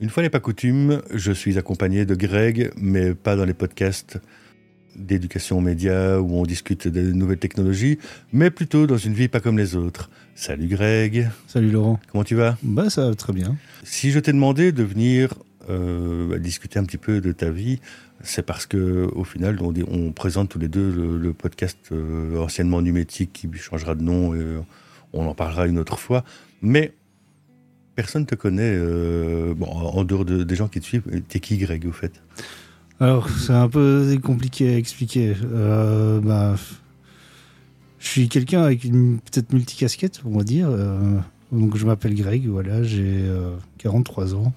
Une fois n'est pas coutume, je suis accompagné de Greg, mais pas dans les podcasts d'éducation aux médias où on discute de nouvelles technologies, mais plutôt dans une vie pas comme les autres. Salut Greg. Salut Laurent. Comment tu vas ? Bah ça va très bien. Si je t'ai demandé de venir discuter un petit peu de ta vie, c'est parce que au final, on présente tous les deux le podcast anciennement Numétique qui changera de nom et on en parlera une autre fois. Mais personne ne te connaît, en dehors des gens qui te suivent. T'es qui, Greg, au fait ? Alors, c'est un peu compliqué à expliquer. Je suis quelqu'un avec une peut-être multicasquette, on va dire. Donc, je m'appelle Greg, voilà, j'ai 43 ans.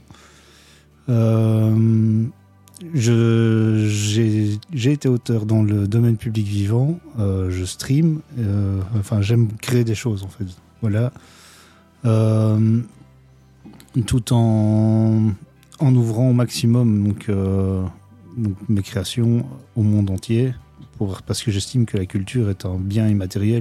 J'ai été auteur dans le domaine public vivant. Je stream. J'aime créer des choses, en fait. Voilà. Tout en ouvrant au maximum donc mes créations au monde entier, parce que j'estime que la culture est un bien immatériel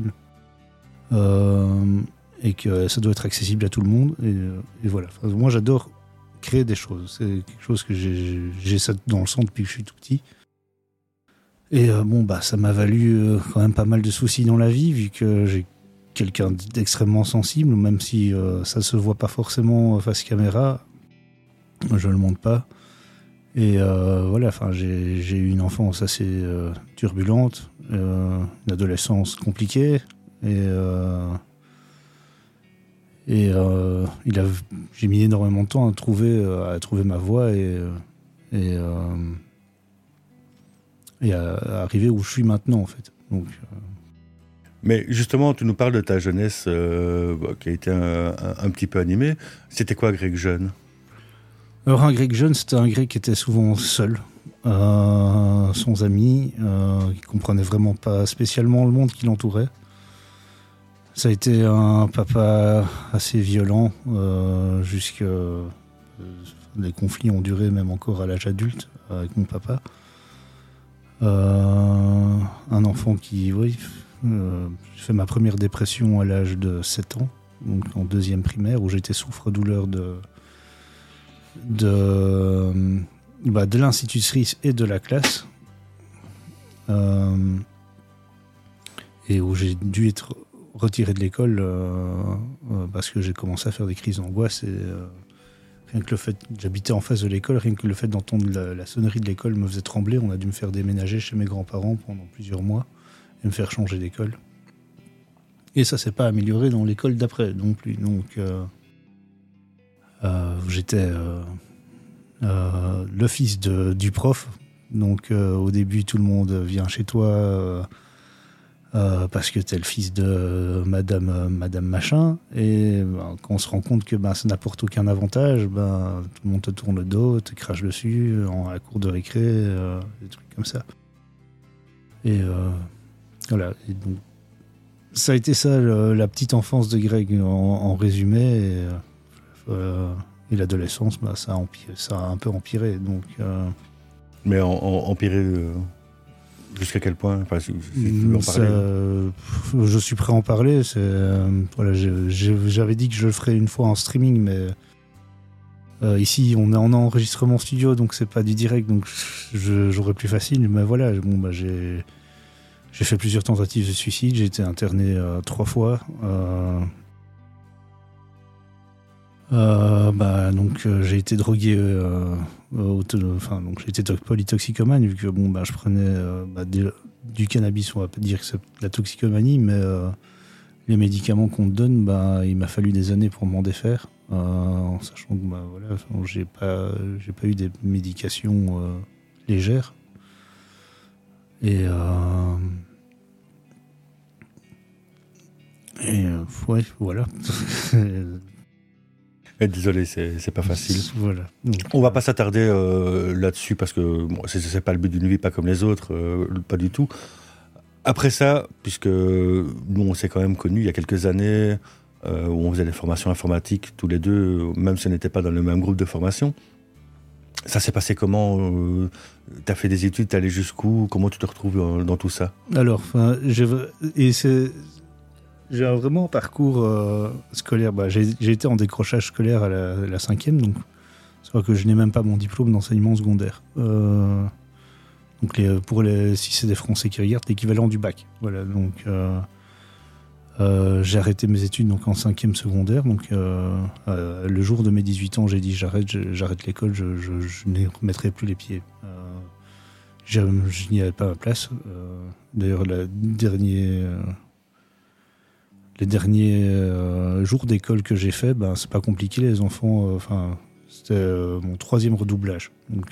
et que ça doit être accessible à tout le monde. Et voilà. Enfin, moi, j'adore créer des choses. C'est quelque chose que j'ai ça dans le sang depuis que je suis tout petit. Et ça m'a valu quand même pas mal de soucis dans la vie, vu que j'ai quelqu'un d'extrêmement sensible, même si ça se voit pas forcément face caméra. Je le montre pas. Et j'ai eu une enfance assez turbulente, une adolescence compliquée, j'ai mis énormément de temps à trouver ma voie et à arriver où je suis maintenant, en fait. Donc, Mais justement, tu nous parles de ta jeunesse qui a été un petit peu animée. C'était quoi, Greg jeune ? Alors, un Grec jeune, c'était un Grec qui était souvent seul, sans amis, qui comprenait vraiment pas spécialement le monde qui l'entourait. Ça a été un papa assez violent, les conflits ont duré même encore à l'âge adulte avec mon papa. Un enfant qui, j'ai fait ma première dépression à l'âge de 7 ans, donc en 2e primaire, où j'étais souffre-douleur de l'institutrice et de la classe, et où j'ai dû être retiré de l'école parce que j'ai commencé à faire des crises d'angoisse, et rien que le fait, j'habitais en face de l'école, rien que le fait d'entendre la sonnerie de l'école me faisait trembler. On a dû me faire déménager chez mes grands-parents pendant plusieurs mois et me faire changer d'école. Et ça s'est pas amélioré dans l'école d'après non plus. Donc j'étais le fils du prof. Donc au début, tout le monde vient chez toi parce que t'es le fils de madame machin. Et quand on se rend compte que ça n'apporte aucun avantage, tout le monde te tourne le dos, te crache dessus à la cour de récré, des trucs comme ça. Et voilà. Et donc, ça a été ça, la petite enfance de Greg en résumé. Et l'adolescence, ça a un peu empiré. Donc, Mais empiré jusqu'à quel point ? Enfin, si tu veux en parler. Je suis prêt à en parler. J'avais dit que je le ferais une fois en streaming, mais ici, on est en enregistrement studio, donc c'est pas du direct, donc j'aurais plus facile. Mais voilà, j'ai fait plusieurs tentatives de suicide, j'ai été interné 3 fois. J'ai été drogué, donc j'ai été polytoxicomane, vu que je prenais du cannabis, on va pas dire que c'est de la toxicomanie, mais les médicaments qu'on te donne, il m'a fallu des années pour m'en défaire, en sachant que j'ai pas eu des médications légères. Et voilà. Désolé, c'est pas facile. Voilà. Donc, on va pas s'attarder là-dessus parce que c'est pas le but d'une vie pas comme les autres, pas du tout. Après ça, puisque nous on s'est quand même connus il y a quelques années, où on faisait des formations informatiques tous les deux, même si on n'était pas dans le même groupe de formation. Ça s'est passé comment ? T'as fait des études, t'es allé jusqu'où ? Comment tu te retrouves dans tout ça ? Alors, j'ai vraiment un parcours scolaire. J'ai été en décrochage scolaire à la 5e, donc C'est vrai que je n'ai même pas mon diplôme d'enseignement secondaire. Donc si c'est des Français qui regardent, l'équivalent du bac. Voilà, donc j'ai arrêté mes études donc, en 5e secondaire. Donc le jour de mes 18 ans, j'ai dit j'arrête l'école, je n'y remettrai plus les pieds. Je n'y avais pas ma place. D'ailleurs, les derniers jours d'école que j'ai fait, c'est pas compliqué, les enfants. C'était mon 3e redoublage.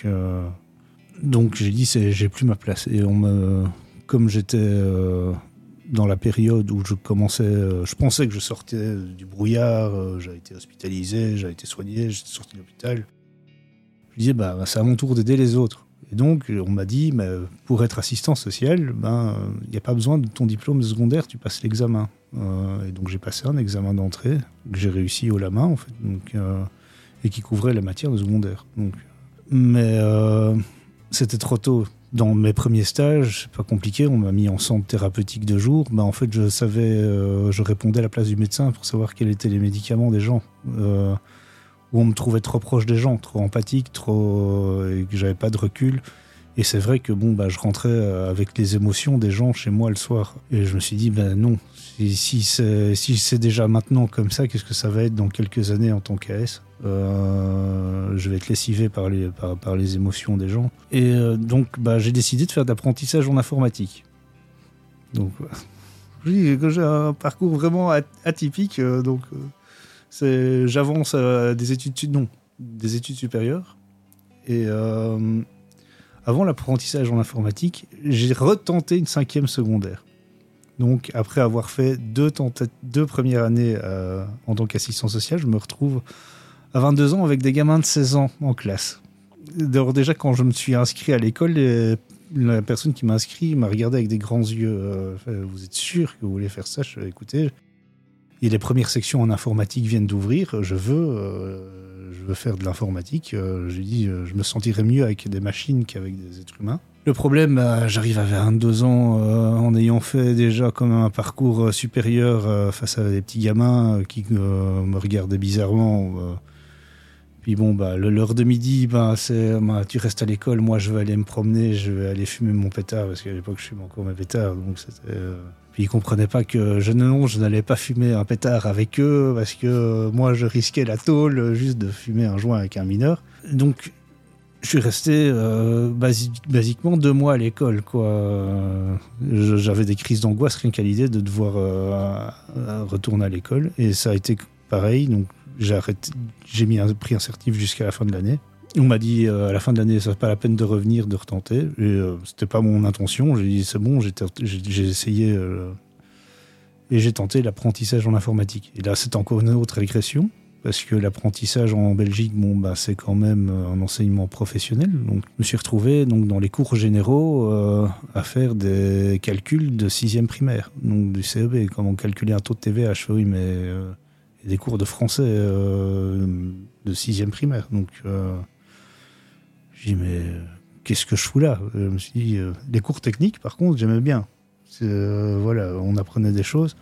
Donc j'ai dit j'ai plus ma place. Et comme j'étais dans la période où je pensais que je sortais du brouillard, j'avais été hospitalisé, j'avais été soigné, j'étais sorti de l'hôpital. Je disais c'est à mon tour d'aider les autres. Et donc on m'a dit pour être assistant social, il n'y a pas besoin de ton diplôme secondaire, tu passes l'examen. Et donc j'ai passé un examen d'entrée que j'ai réussi haut la main en fait, et qui couvrait la matière de secondaire. Mais c'était trop tôt. Dans mes premiers stages, c'est pas compliqué, on m'a mis en centre thérapeutique de jour. En fait, je savais, je répondais à la place du médecin pour savoir quels étaient les médicaments des gens. Où on me trouvait trop proche des gens, trop empathique, et que j'avais pas de recul. Et c'est vrai que je rentrais avec les émotions des gens chez moi le soir. Et je me suis dit, non, si c'est déjà maintenant comme ça, qu'est-ce que ça va être dans quelques années en tant qu'AS ? Je vais être lessivé par les émotions des gens. Et donc, j'ai décidé de faire de l'apprentissage en informatique. Donc, je dis que j'ai un parcours vraiment atypique. J'avance à des études supérieures. Et avant l'apprentissage en informatique, j'ai retenté une 5e secondaire. Donc, après avoir fait deux premières années en tant qu'assistant social, je me retrouve à 22 ans avec des gamins de 16 ans en classe. D'ailleurs, déjà, quand je me suis inscrit à l'école, la personne qui m'a inscrit m'a regardé avec des grands yeux. Vous êtes sûr que vous voulez faire ça ? Je dis, écoutez, et les premières sections en informatique viennent d'ouvrir. Je veux faire de l'informatique. J'ai dit, je me sentirais mieux avec des machines qu'avec des êtres humains. Le problème, j'arrive à 22 ans en ayant fait déjà comme un parcours supérieur face à des petits gamins qui me regardaient bizarrement. Puis l'heure de midi, c'est tu restes à l'école, moi je vais aller me promener, je vais aller fumer mon pétard, parce qu'à l'époque je fumais encore mes pétards. Donc c'était, Puis ils comprenaient pas que je n'allais pas fumer un pétard avec eux, parce que moi je risquais la tôle juste de fumer un joint avec un mineur. Donc je suis resté basiquement 2 mois à l'école, quoi. J'avais des crises d'angoisse rien qu'à l'idée de devoir retourner à l'école, et ça a été pareil. Donc j'ai arrêté, pris un certif jusqu'à la fin de l'année. On m'a dit à la fin de l'année, ça n'est pas la peine de revenir, de retenter. Et c'était pas mon intention. J'ai dit c'est bon, j'ai essayé et j'ai tenté l'apprentissage en informatique. Et là, c'est encore une autre régression. Parce que l'apprentissage en Belgique, c'est quand même un enseignement professionnel. Donc, je me suis retrouvé dans les cours généraux à faire des calculs de 6e primaire, donc du CEB, comment calculer un taux de TVA. Je fais oui, mais des cours de français de 6e primaire. Donc, je dis mais qu'est-ce que je fous là ? Je me suis dit, les cours techniques, par contre, j'aimais bien. Voilà, on apprenait des choses.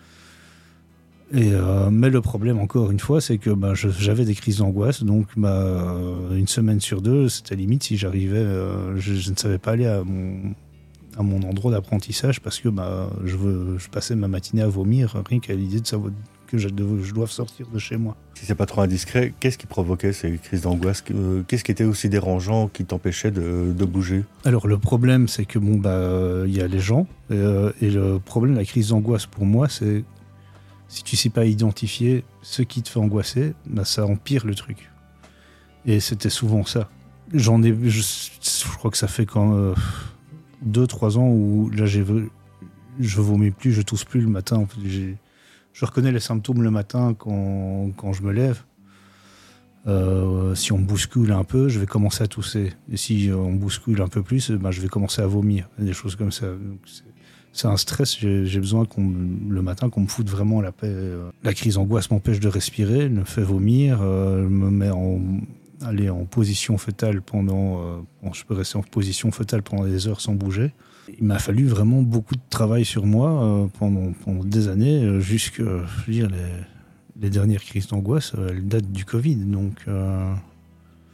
Mais le problème, encore une fois, c'est que j'avais des crises d'angoisse, donc une semaine sur 2, c'était limite si j'arrivais, je ne savais pas aller à mon endroit d'apprentissage parce que je passais ma matinée à vomir, rien qu'à l'idée de savoir que je dois sortir de chez moi. Si c'est pas trop indiscret, qu'est-ce qui provoquait ces crises d'angoisse ? Qu'est-ce qui était aussi dérangeant, qui t'empêchait de bouger ? Alors le problème, c'est que y a les gens, et le problème de la crise d'angoisse pour moi, c'est si tu ne sais pas identifier ce qui te fait angoisser, ça empire le truc. Et c'était souvent ça. Je crois que ça fait quand 2-3 ans où là je vomis plus, je tousse plus le matin. En fait, je reconnais les symptômes le matin quand je me lève. Si on me bouscule un peu, je vais commencer à tousser. Et si on me bouscule un peu plus, je vais commencer à vomir. Des choses comme ça. Donc, c'est un stress, j'ai besoin le matin qu'on me foute vraiment la paix. La crise d'angoisse m'empêche de respirer, me fait vomir, me met en position fœtale je peux rester en position fœtale pendant des heures sans bouger. Il m'a fallu vraiment beaucoup de travail sur moi pendant des années, jusque, les dernières crises d'angoisse, elles datent du Covid. Donc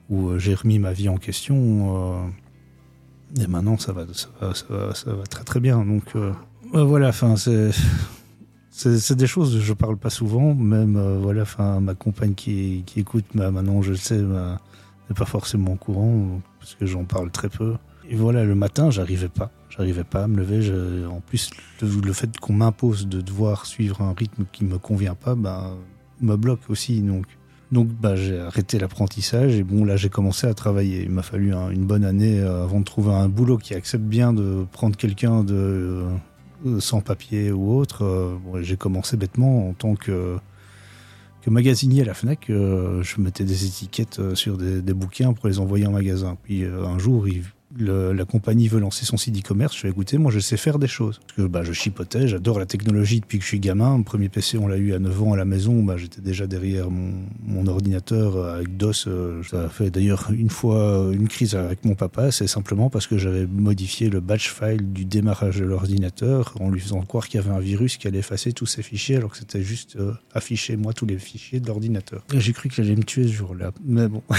où j'ai remis ma vie en question. Et maintenant, ça va très très bien. Donc voilà, enfin c'est des choses que je parle pas souvent. Même voilà, enfin ma compagne qui écoute, maintenant je le sais, n'est pas forcément au courant parce que j'en parle très peu. Et voilà, le matin, j'arrivais pas à me lever. En plus, le fait qu'on m'impose de devoir suivre un rythme qui me convient pas, me bloque aussi. Donc j'ai arrêté l'apprentissage et bon, là, j'ai commencé à travailler. Il m'a fallu une bonne année avant de trouver un boulot qui accepte bien de prendre quelqu'un de sans papier ou autre. J'ai commencé bêtement en tant que magasinier à la Fnac. Je mettais des étiquettes sur des bouquins pour les envoyer en magasin. Puis un jour, la compagnie veut lancer son site e-commerce. Je fais écoutez, moi je sais faire des choses. Parce que je chipotais, j'adore la technologie depuis que je suis gamin. Mon premier PC, on l'a eu à 9 ans à la maison. J'étais déjà derrière mon ordinateur avec DOS. Ça a fait d'ailleurs une fois une crise avec mon papa. C'est simplement parce que j'avais modifié le batch file du démarrage de l'ordinateur en lui faisant croire qu'il y avait un virus qui allait effacer tous ses fichiers alors que c'était juste afficher moi tous les fichiers de l'ordinateur. Et j'ai cru qu'il allait me tuer ce jour-là. Mais bon...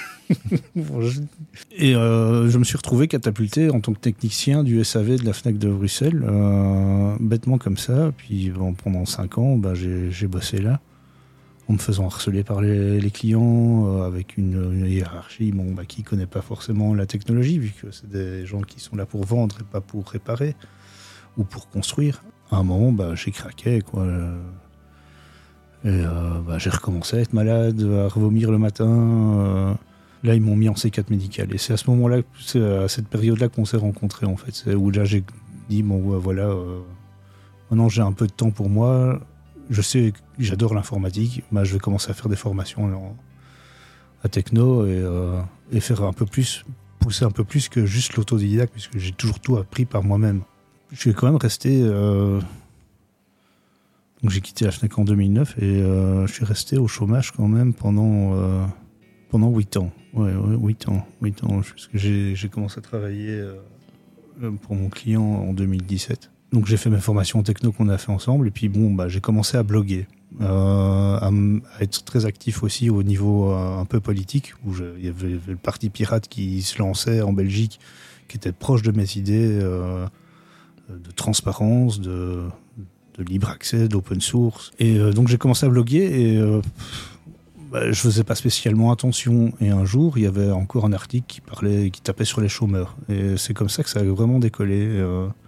Et je me suis retrouvé catapulté en tant que technicien du SAV de la Fnac de Bruxelles, bêtement comme ça. Puis pendant 5 ans, j'ai bossé là, en me faisant harceler par les clients, avec une hiérarchie qui ne connaît pas forcément la technologie, vu que c'est des gens qui sont là pour vendre et pas pour réparer ou pour construire. À un moment, j'ai craqué, quoi. Et j'ai recommencé à être malade, à revomir le matin. Là, ils m'ont mis en C4 médical. Et c'est à ce moment-là, c'est à cette période-là qu'on s'est rencontrés, en fait. C'est où là, j'ai dit, voilà, maintenant j'ai un peu de temps pour moi. Je sais que j'adore l'informatique. Je vais commencer à faire des formations à techno et faire un peu plus, pousser un peu plus que juste l'autodidacte, puisque j'ai toujours tout appris par moi-même. Je suis quand même resté... Donc j'ai quitté la Fnac en 2009 et je suis resté au chômage quand même pendant 8 ans. Ouais, 8 ans. Parce que j'ai commencé à travailler pour mon client en 2017. Donc j'ai fait mes formations en techno qu'on a fait ensemble. Et puis j'ai commencé à bloguer. À être très actif aussi au niveau un peu politique. Où il y avait le Parti Pirate qui se lançait en Belgique, qui était proche de mes idées de transparence, de libre accès, d'open source. Et donc j'ai commencé à bloguer et... je faisais pas spécialement attention et un jour il y avait encore un article qui tapait sur les chômeurs et c'est comme ça que ça a vraiment décollé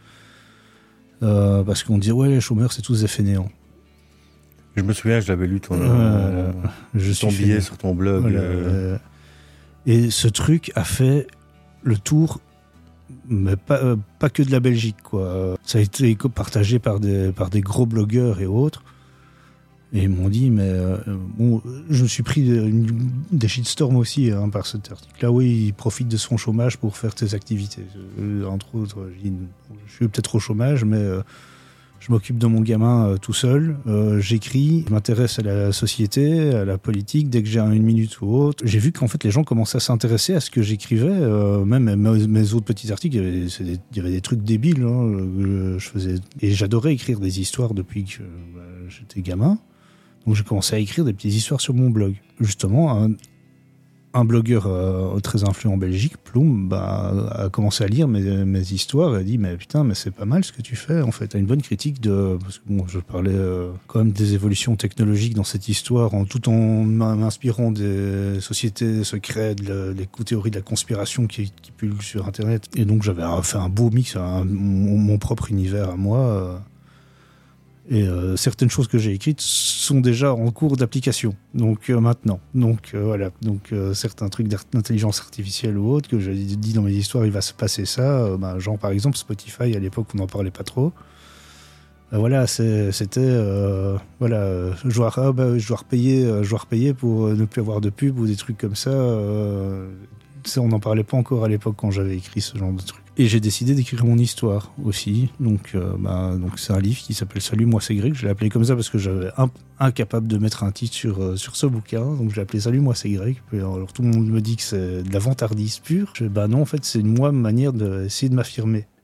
parce qu'on dit les chômeurs c'est tous des fainéants. Je me souviens, je l'avais lu ton billet sur ton blog. Voilà, et ce truc a fait le tour, mais pas que de la Belgique, quoi. Ça a été partagé par des gros blogueurs et autres. Et ils m'ont dit, je me suis pris des shitstorms aussi par cet article-là. Oui, il profite de son chômage pour faire ses activités. Entre autres, je suis peut-être au chômage, mais je m'occupe de mon gamin tout seul. J'écris, je m'intéresse à la société, à la politique, dès que j'ai une minute ou autre. J'ai vu qu'en fait, les gens commençaient à s'intéresser à ce que j'écrivais. Même mes autres petits articles, il y avait des trucs débiles que je faisais. Et j'adorais écrire des histoires depuis que j'étais gamin. Donc j'ai commencé à écrire des petites histoires sur mon blog. Justement, un blogueur très influent en Belgique, Ploum, a commencé à lire mes histoires et a dit mais putain, mais c'est pas mal ce que tu fais en fait. T'as une bonne critique parce que je parlais quand même des évolutions technologiques dans cette histoire, tout en m'inspirant des sociétés secrètes, des théories de la conspiration qui pullulent sur Internet. Et donc j'avais fait un beau mix, mon propre univers à moi. Et certaines choses que j'ai écrites sont déjà en cours d'application. Donc maintenant. Donc voilà. Donc certains trucs d'intelligence artificielle ou autre que j'ai dit dans mes histoires, il va se passer ça. Genre par exemple Spotify, à l'époque on n'en parlait pas trop. Voilà, c'était je dois repayer pour ne plus avoir de pub ou des trucs comme ça. On n'en parlait pas encore à l'époque quand j'avais écrit ce genre de trucs. Et j'ai décidé d'écrire mon histoire aussi. Donc c'est un livre qui s'appelle Salut, moi c'est Greg. Je l'ai appelé comme ça parce que j'avais incapable de mettre un titre sur ce bouquin. Donc je l'ai appelé Salut, moi c'est Greg. Alors tout le monde me dit que c'est de la vantardise pure. Non, en fait c'est une manière d'essayer de m'affirmer.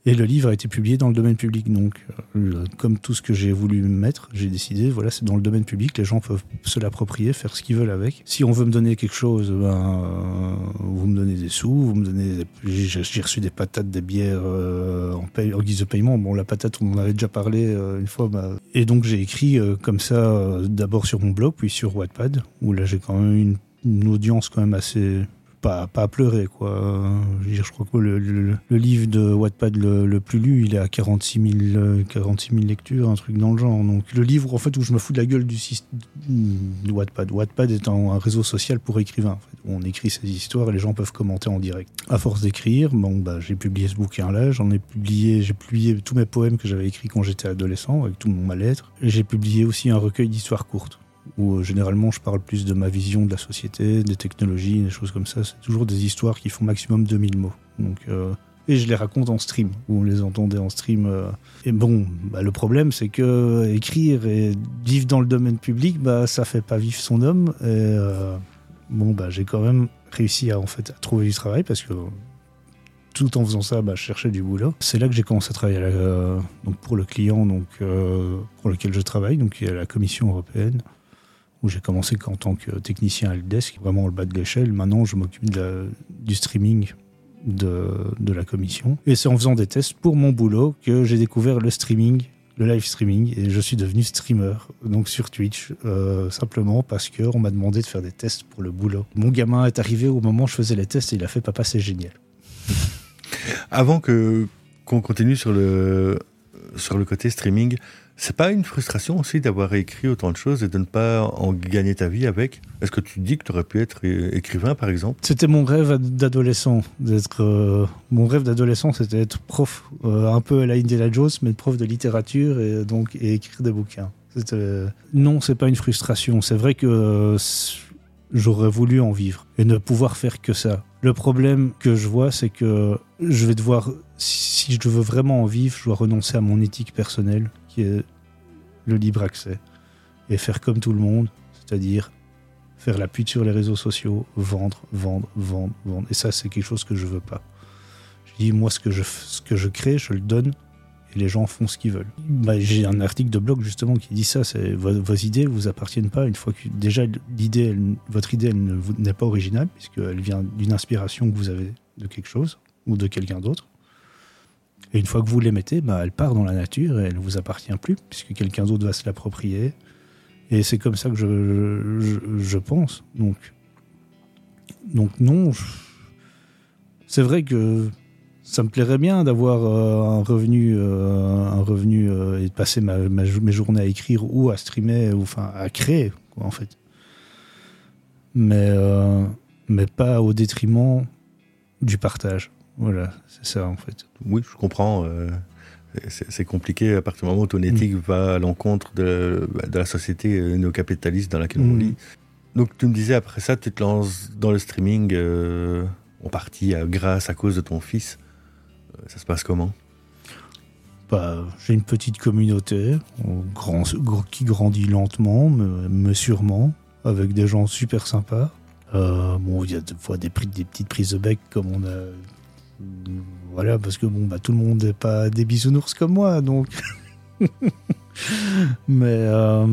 Et le livre a été publié dans le domaine public. Donc, comme tout ce que j'ai voulu mettre, j'ai décidé, voilà, c'est dans le domaine public, les gens peuvent se l'approprier, faire ce qu'ils veulent avec. Si on veut me donner quelque chose, vous me donnez des sous, vous me donnez... J'ai reçu des patates, des bières en guise de paiement. Bon, la patate, on en avait déjà parlé une fois. Et donc, j'ai écrit comme ça, d'abord sur mon blog, puis sur Wattpad, où là, j'ai quand même une audience quand même assez... Pas à pleurer, quoi. Je crois que le livre de Wattpad le plus lu, il est à 46 000 lectures, un truc dans le genre. Donc, le livre, en fait, où je me fous de la gueule du système de Wattpad. Wattpad est un réseau social pour écrivains, en fait, où on écrit ses histoires et les gens peuvent commenter en direct. À force d'écrire, j'ai publié ce bouquin-là. J'ai publié tous mes poèmes que j'avais écrits quand j'étais adolescent, avec tout mon mal-être. Et j'ai publié aussi un recueil d'histoires courtes, où généralement je parle plus de ma vision de la société, des technologies, des choses comme ça. C'est toujours des histoires qui font maximum 2000 mots. Donc, et je les raconte en stream, où on les entendait en stream. Et bon, le problème, c'est que écrire et vivre dans le domaine public, ça fait pas vivre son homme. Et j'ai quand même réussi à trouver du travail, parce que tout en faisant ça, je cherchais du boulot. C'est là que j'ai commencé à travailler donc pour le client pour lequel je travaille, donc il y a la Commission européenne, où j'ai commencé en tant que technicien helpdesk, vraiment le bas de l'échelle. Maintenant, je m'occupe du streaming de la commission. Et c'est en faisant des tests pour mon boulot que j'ai découvert le streaming, le live streaming, et je suis devenu streamer, donc sur Twitch, simplement parce qu'on m'a demandé de faire des tests pour le boulot. Mon gamin est arrivé au moment où je faisais les tests et il a fait « Papa, c'est génial ». Avant qu'on continue sur le côté streaming, c'est pas une frustration aussi d'avoir écrit autant de choses et de ne pas en gagner ta vie avec? Est-ce que tu dis que tu aurais pu être écrivain, par exemple? C'était mon rêve d'adolescent. Mon rêve d'adolescent, c'était être prof, un peu à la Indiana Jones, mais prof de littérature et écrire des bouquins. Non, c'est pas une frustration. C'est vrai que j'aurais voulu en vivre et ne pouvoir faire que ça. Le problème que je vois, c'est que je vais devoir, si je veux vraiment en vivre, je dois renoncer à mon éthique personnelle, qui est le libre accès, et faire comme tout le monde, c'est-à-dire faire la pute sur les réseaux sociaux, vendre. Et ça, c'est quelque chose que je veux pas. Je dis, moi, ce que je crée, je le donne, et les gens font ce qu'ils veulent. J'ai un article de blog, justement, qui dit ça, c'est vos idées ne vous appartiennent pas, une fois que, déjà, votre idée, elle n'est pas originale, puisqu'elle vient d'une inspiration que vous avez de quelque chose, ou de quelqu'un d'autre. Et une fois que vous l'émettez, elle part dans la nature et elle ne vous appartient plus, puisque quelqu'un d'autre va se l'approprier. Et c'est comme ça que je pense. Donc non, c'est vrai que ça me plairait bien d'avoir un revenu et de passer mes journées à écrire ou à streamer, ou à créer, quoi, en fait. Mais pas au détriment du partage. Voilà, c'est ça, en fait. Oui, je comprends. C'est compliqué à partir du moment où ton éthique va à l'encontre de la société néo-capitaliste dans laquelle on vit. Donc, tu me disais, après ça, tu te lances dans le streaming en partie grâce à cause de ton fils. Ça se passe comment? J'ai une petite communauté qui grandit lentement, mais sûrement, avec des gens super sympas. Il y a des fois des petites prises de bec, comme on a... Voilà, parce que tout le monde n'est pas des bisounours comme moi, donc... mais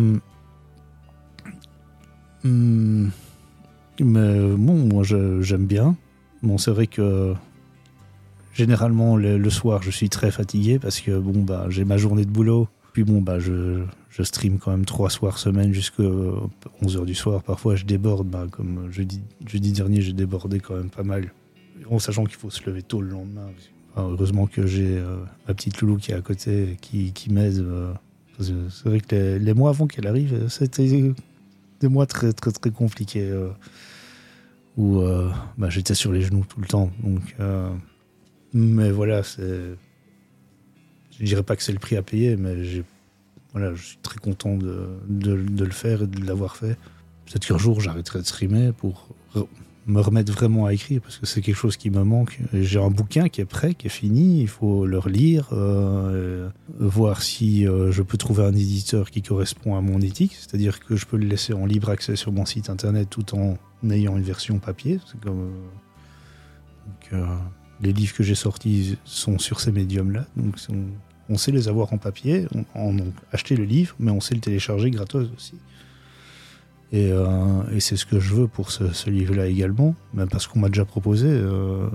moi j'aime bien. Bon, c'est vrai que généralement le soir je suis très fatigué parce que j'ai ma journée de boulot, puis je stream quand même 3 soirs semaine jusqu'à 11h du soir. Parfois je déborde, comme jeudi dernier j'ai débordé quand même pas mal, en sachant qu'il faut se lever tôt le lendemain. Heureusement que j'ai ma petite loulou qui est à côté, qui m'aide. C'est vrai que les mois avant qu'elle arrive, c'était des mois très, très, très compliqués, où j'étais sur les genoux tout le temps. Donc, mais voilà, je dirais pas que c'est le prix à payer, mais je suis très content de le faire et de l'avoir fait. Peut-être qu'un jour, j'arrêterai de streamer pour me remettre vraiment à écrire, parce que c'est quelque chose qui me manque. J'ai un bouquin qui est prêt, qui est fini, il faut le relire, voir si je peux trouver un éditeur qui correspond à mon éthique, c'est-à-dire que je peux le laisser en libre accès sur mon site internet tout en ayant une version papier. C'est comme... les livres que j'ai sortis sont sur ces médiums-là. Donc on sait les avoir en papier, on a acheté le livre, mais on sait le télécharger gratos aussi. Et c'est ce que je veux pour ce livre-là également, même parce qu'on m'a déjà proposé, de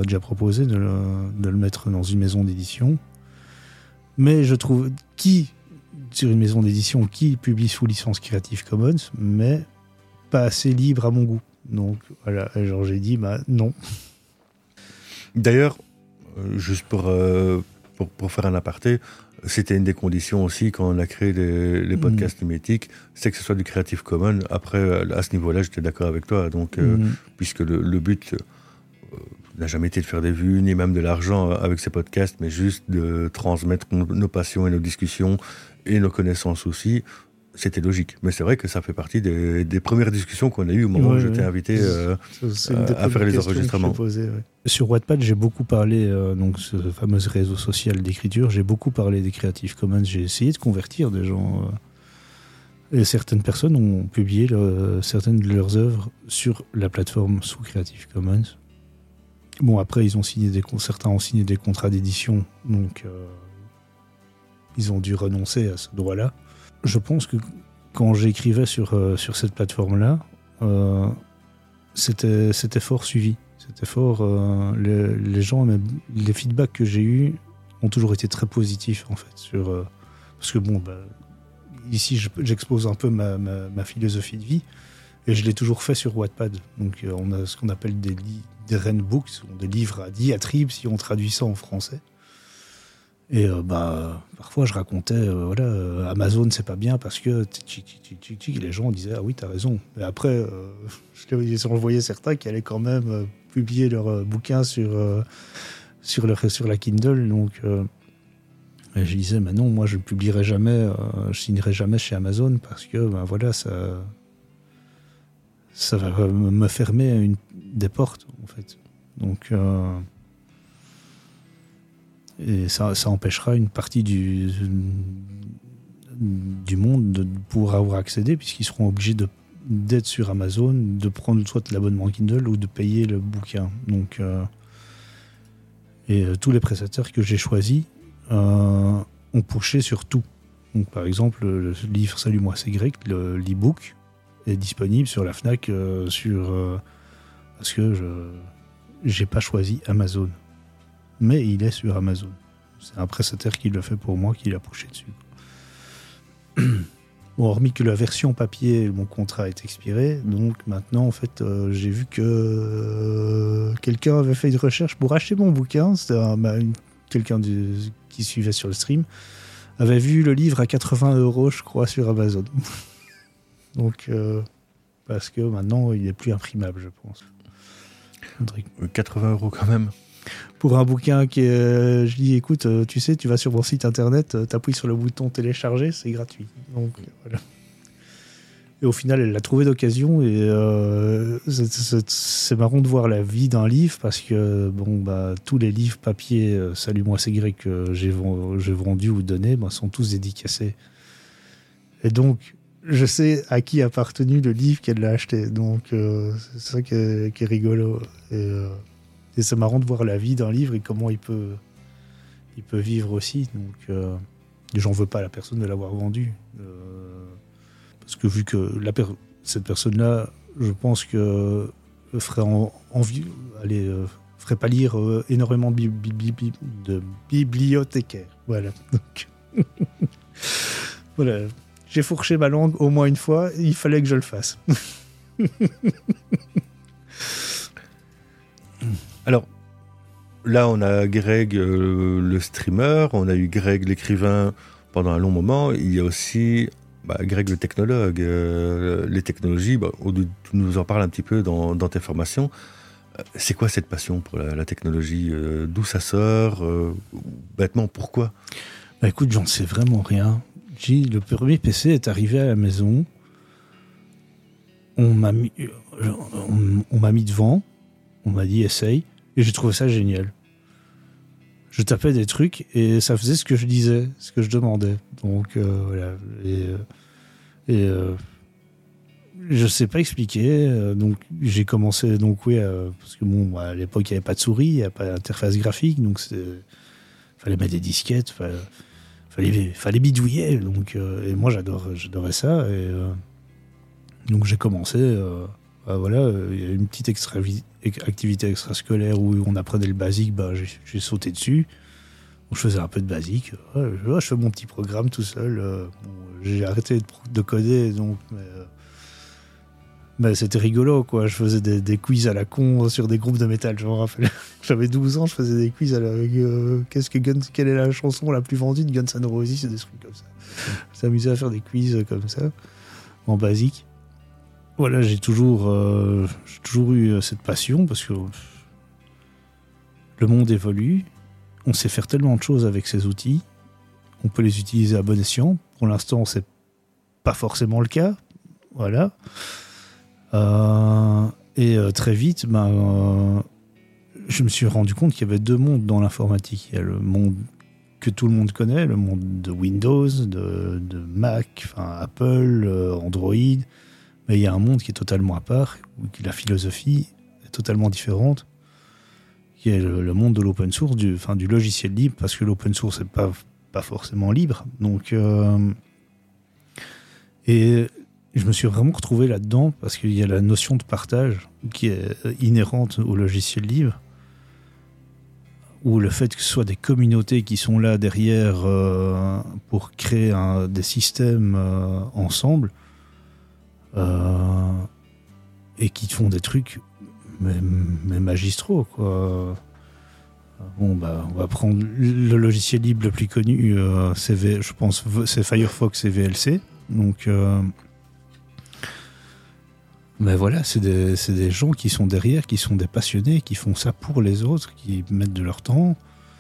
le mettre dans une maison d'édition. Mais je trouve sur une maison d'édition qui publie sous licence Creative Commons, mais pas assez libre à mon goût. Donc voilà, genre j'ai dit non. D'ailleurs, juste pour faire un aparté, c'était une des conditions aussi quand on a créé les podcasts numétiques, c'est que ce soit du Creative Commons. Après, à ce niveau-là, j'étais d'accord avec toi. Donc, puisque le but n'a jamais été de faire des vues, ni même de l'argent avec ces podcasts, mais juste de transmettre nos passions et nos discussions et nos connaissances aussi, c'était logique. Mais c'est vrai que ça fait partie des premières discussions qu'on a eues au moment où j'étais invité à faire les enregistrements. Sur Wattpad, j'ai beaucoup parlé, donc ce fameux réseau social d'écriture, j'ai beaucoup parlé des Creative Commons. J'ai essayé de convertir des gens. Et certaines personnes ont publié certaines de leurs œuvres sur la plateforme sous Creative Commons. Bon, après, certains ont signé des contrats d'édition, donc ils ont dû renoncer à ce droit-là. Je pense que quand j'écrivais sur cette plateforme-là, c'était fort suivi. C'était fort. Les gens, même les feedbacks que j'ai eus ont toujours été très positifs en fait. Parce que ici j'expose un peu ma philosophie de vie et je l'ai toujours fait sur Wattpad. Donc on a ce qu'on appelle des Rainbooks, des livres à diatribes si on traduit ça en français. Et parfois je racontais Amazon c'est pas bien parce que les gens disaient ah oui t'as raison. Et après je voyais certains qui allaient quand même publier leurs bouquins sur la Kindle. Donc et je disais mais non, moi je ne publierai jamais, je signerai jamais chez Amazon parce que ça va me fermer des portes en fait. Donc et ça empêchera une partie du monde de pouvoir avoir accédé, puisqu'ils seront obligés d'être sur Amazon, de prendre soit l'abonnement Kindle ou de payer le bouquin. Donc, tous les prestataires que j'ai choisis ont pushé sur tout. Donc, par exemple, le livre Salut-moi c'est grec, l'e-book est disponible sur la Fnac parce que j'ai pas choisi Amazon. Mais il est sur Amazon. C'est un prestataire qui le fait pour moi, qui l'a pushé dessus. Bon, hormis que la version papier, mon contrat est expiré, donc maintenant, en fait, j'ai vu que quelqu'un avait fait une recherche pour acheter mon bouquin. C'était quelqu'un qui suivait sur le stream, avait vu le livre à 80 €, je crois, sur Amazon. Donc, parce que maintenant, il n'est plus imprimable, je pense. 80 € quand même. Pour un bouquin je dis écoute, tu sais, tu vas sur mon site internet, t'appuies sur le bouton télécharger, c'est gratuit. Donc voilà. Et au final, elle l'a trouvé d'occasion et c'est marrant de voir la vie d'un livre parce que tous les livres papier, Salut-moi c'est grec que j'ai vendu ou donné, sont tous dédicacés. Et donc je sais à qui a appartenu le livre qu'elle a acheté. Donc c'est ça qui est rigolo. Et c'est marrant de voir la vie d'un livre et comment il peut vivre aussi. Donc, j'en veux pas à la personne de l'avoir vendu. Parce que vu que cette personne-là, je pense que ferait ferait pas lire énormément de bibliothécaires. Voilà. Donc, voilà. J'ai fourché ma langue au moins une fois. Il fallait que je le fasse. Alors, là, on a Greg, le streamer, on a eu Greg, l'écrivain, pendant un long moment. Il y a aussi Greg, le technologue. Les technologies, tu nous en parles un petit peu dans tes formations. C'est quoi cette passion pour la technologie ? D'où ça sort ? Bêtement, pourquoi ? Écoute, j'en sais vraiment rien. Le premier PC est arrivé à la maison. On m'a mis devant. On m'a dit essaye. Et j'ai trouvé ça génial. Je tapais des trucs et ça faisait ce que je disais, ce que je demandais. Donc voilà. Je sais pas expliquer. Donc j'ai commencé parce que bon, à l'époque il y avait pas de souris, il y avait pas d'interface graphique, donc fallait mettre des disquettes, fallait bidouiller. Donc et moi j'adorais ça et donc j'ai commencé. Voilà, il y a une petite activité extrascolaire où on apprenait le basique. J'ai sauté dessus. Donc, je faisais un peu de basique. Je fais mon petit programme tout seul. J'ai arrêté de coder, donc. Mais c'était rigolo, quoi. Je faisais des quiz à la con sur des groupes de métal, je me rappelle. J'avais 12 ans, je faisais des quiz quelle est la chanson la plus vendue de Guns N' Roses, et des trucs comme ça. Je m'amusais à faire des quiz comme ça, en basique. Voilà, j'ai toujours eu cette passion, parce que le monde évolue. On sait faire tellement de choses avec ces outils. On peut les utiliser à bon escient. Pour l'instant, c'est pas forcément le cas. Voilà. Et très vite, je me suis rendu compte qu'il y avait deux mondes dans l'informatique. Il y a le monde que tout le monde connaît, le monde de Windows, de Mac, enfin Apple, Android. Mais il y a un monde qui est totalement à part, où la philosophie est totalement différente, qui est le monde de l'open source, du logiciel libre, parce que l'open source n'est pas forcément libre. Donc, et je me suis vraiment retrouvé là-dedans, parce qu'il y a la notion de partage qui est inhérente au logiciel libre, ou le fait que ce soit des communautés qui sont là derrière pour créer des systèmes ensemble, et qui font des trucs mais magistraux, quoi. Bon, on va prendre le logiciel libre le plus connu, je pense c'est Firefox et VLC. Donc mais voilà, c'est des gens qui sont derrière, qui sont des passionnés, qui font ça pour les autres, qui mettent de leur temps.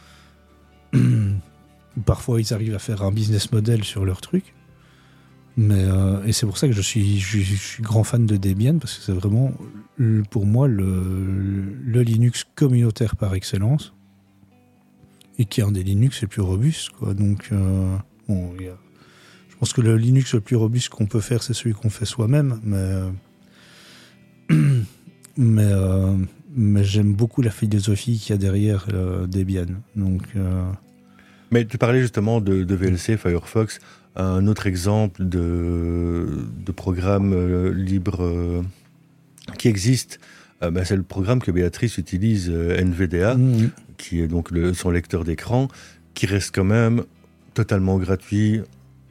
Parfois ils arrivent à faire un business model sur leur truc. Et c'est pour ça que je suis grand fan de Debian, parce que c'est vraiment, pour moi, le Linux communautaire par excellence, et qui est un des Linux les plus robustes, quoi. Donc, je pense que le Linux le plus robuste qu'on peut faire, c'est celui qu'on fait soi-même, mais j'aime beaucoup la philosophie qu'il y a derrière Debian. Donc, Mais tu parlais justement de VLC, Firefox. Un autre exemple de programme libre qui existe, c'est le programme que Béatrice utilise, NVDA, qui est donc son lecteur d'écran, qui reste quand même totalement gratuit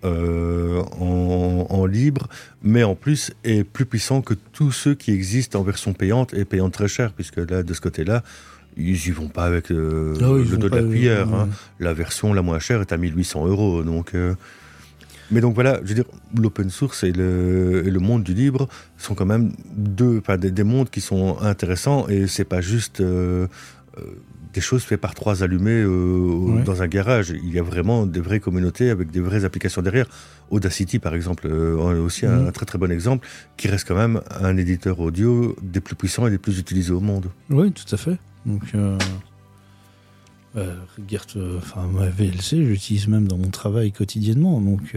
en libre, mais en plus est plus puissant que tous ceux qui existent en version payante, et payante très cher, puisque là, de ce côté-là, ils n'y vont pas avec le dos de la cuillère. Hein. La version la moins chère est à 1 800 €. Donc, mais donc voilà, je veux dire, l'open source et le monde du libre sont quand même des mondes qui sont intéressants, et c'est pas juste des choses faites par 3 allumés dans un garage. Il y a vraiment des vraies communautés avec des vraies applications derrière. Audacity, par exemple, aussi un très très bon exemple, qui reste quand même un éditeur audio des plus puissants et des plus utilisés au monde. Oui, tout à fait. Donc, regarde, ma VLC, j'utilise même dans mon travail quotidiennement. Donc,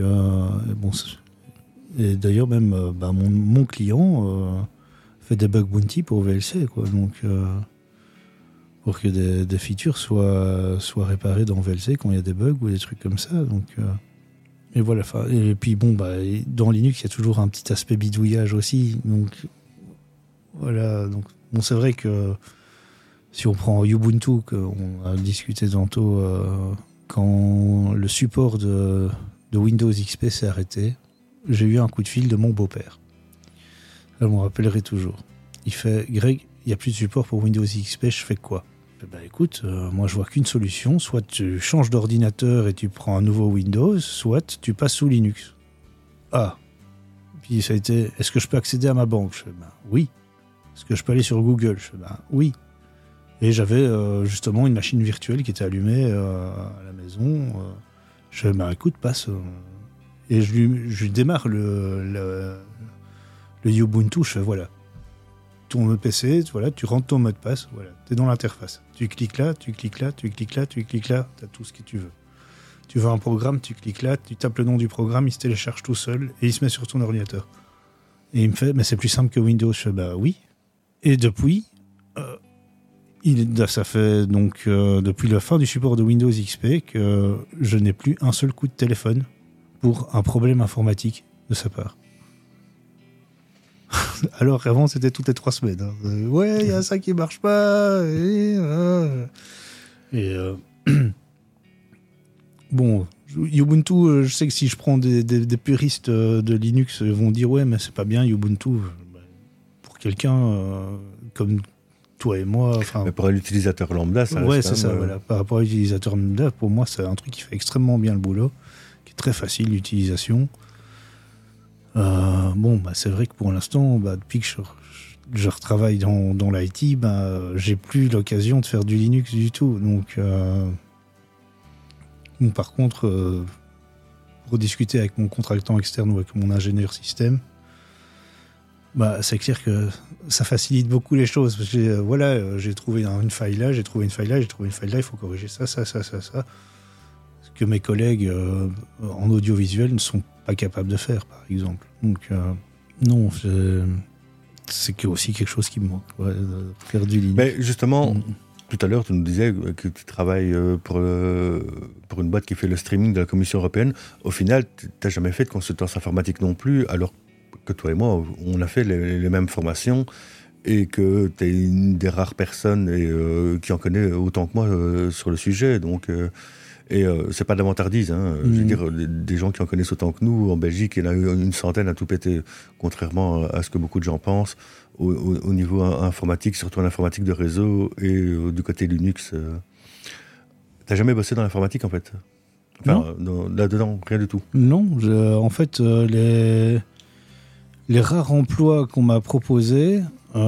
et d'ailleurs, même mon client fait des bug bounty pour VLC, quoi. Donc, pour que des features soient réparées dans VLC quand il y a des bugs ou des trucs comme ça. Donc, et voilà. Et puis, dans Linux, il y a toujours un petit aspect bidouillage aussi. Donc, voilà. Donc, c'est vrai que si on prend Ubuntu, qu'on a discuté tantôt, quand le support de Windows XP s'est arrêté, j'ai eu un coup de fil de mon beau-père. Je m'en rappellerai toujours. Il fait « Greg, il n'y a plus de support pour Windows XP, je fais quoi ?» Écoute, moi je vois qu'une solution, soit tu changes d'ordinateur et tu prends un nouveau Windows, soit tu passes sous Linux. Ah. Puis ça a été, est-ce que je peux accéder à ma banque? Je fais oui. Est-ce que je peux aller sur Google? Je fais oui. Et j'avais justement une machine virtuelle qui était allumée à la maison. Je fais écoute, passe. Et je lui démarre le Ubuntu, je fais voilà. Ton PC, voilà, tu rentres ton mot de passe, voilà, t'es dans l'interface. Tu cliques là, tu cliques là, tu cliques là, tu cliques là, t'as tout ce que tu veux. Tu veux un programme, tu cliques là, tu tapes le nom du programme, il se télécharge tout seul et il se met sur ton ordinateur. Et il me fait, mais c'est plus simple que Windows. Je fais, bah oui. Et depuis, ça fait donc depuis la fin du support de Windows XP que je n'ai plus un seul coup de téléphone pour un problème informatique de sa part. Alors qu'avant, c'était toutes les 3 semaines. Hein. Ouais, il y a ça qui marche pas. Bon, Ubuntu, je sais que si je prends des puristes de Linux, ils vont dire ouais, mais c'est pas bien Ubuntu. Pour quelqu'un comme toi et moi, enfin. Mais pour un utilisateur lambda, ça. Ouais, c'est ça. Voilà. Par rapport à l'utilisateur lambda, pour moi, c'est un truc qui fait extrêmement bien le boulot, qui est très facile d'utilisation. C'est vrai que pour l'instant, depuis que je retravaille dans l'IT, j'ai plus l'occasion de faire du Linux du tout. Donc, par contre, pour discuter avec mon contractant externe ou avec mon ingénieur système, c'est clair que ça facilite beaucoup les choses. Parce que j'ai trouvé une faille là, j'ai trouvé une faille là, j'ai trouvé une faille là, il faut corriger ça. Ce que mes collègues en audiovisuel ne sont pas capables de faire, par exemple. Donc, non, c'est aussi quelque chose qui me manque, de faire du Linux. Mais justement, tout à l'heure, tu nous disais que tu travailles pour une boîte qui fait le streaming de la Commission européenne. Au final, tu n'as jamais fait de consultance informatique non plus, alors que toi et moi, on a fait les mêmes formations et que tu es une des rares personnes qui en connaît autant que moi sur le sujet. Donc, c'est pas de la vantardise. Hein. Je veux dire, des gens qui en connaissent autant que nous, en Belgique, il y en a eu une centaine à tout péter, contrairement à ce que beaucoup de gens pensent. Au niveau informatique, surtout en informatique de réseau et du côté Linux. T'as jamais bossé dans l'informatique, en fait? Enfin, là-dedans, rien du tout. Non, en fait, les rares emplois qu'on m'a proposés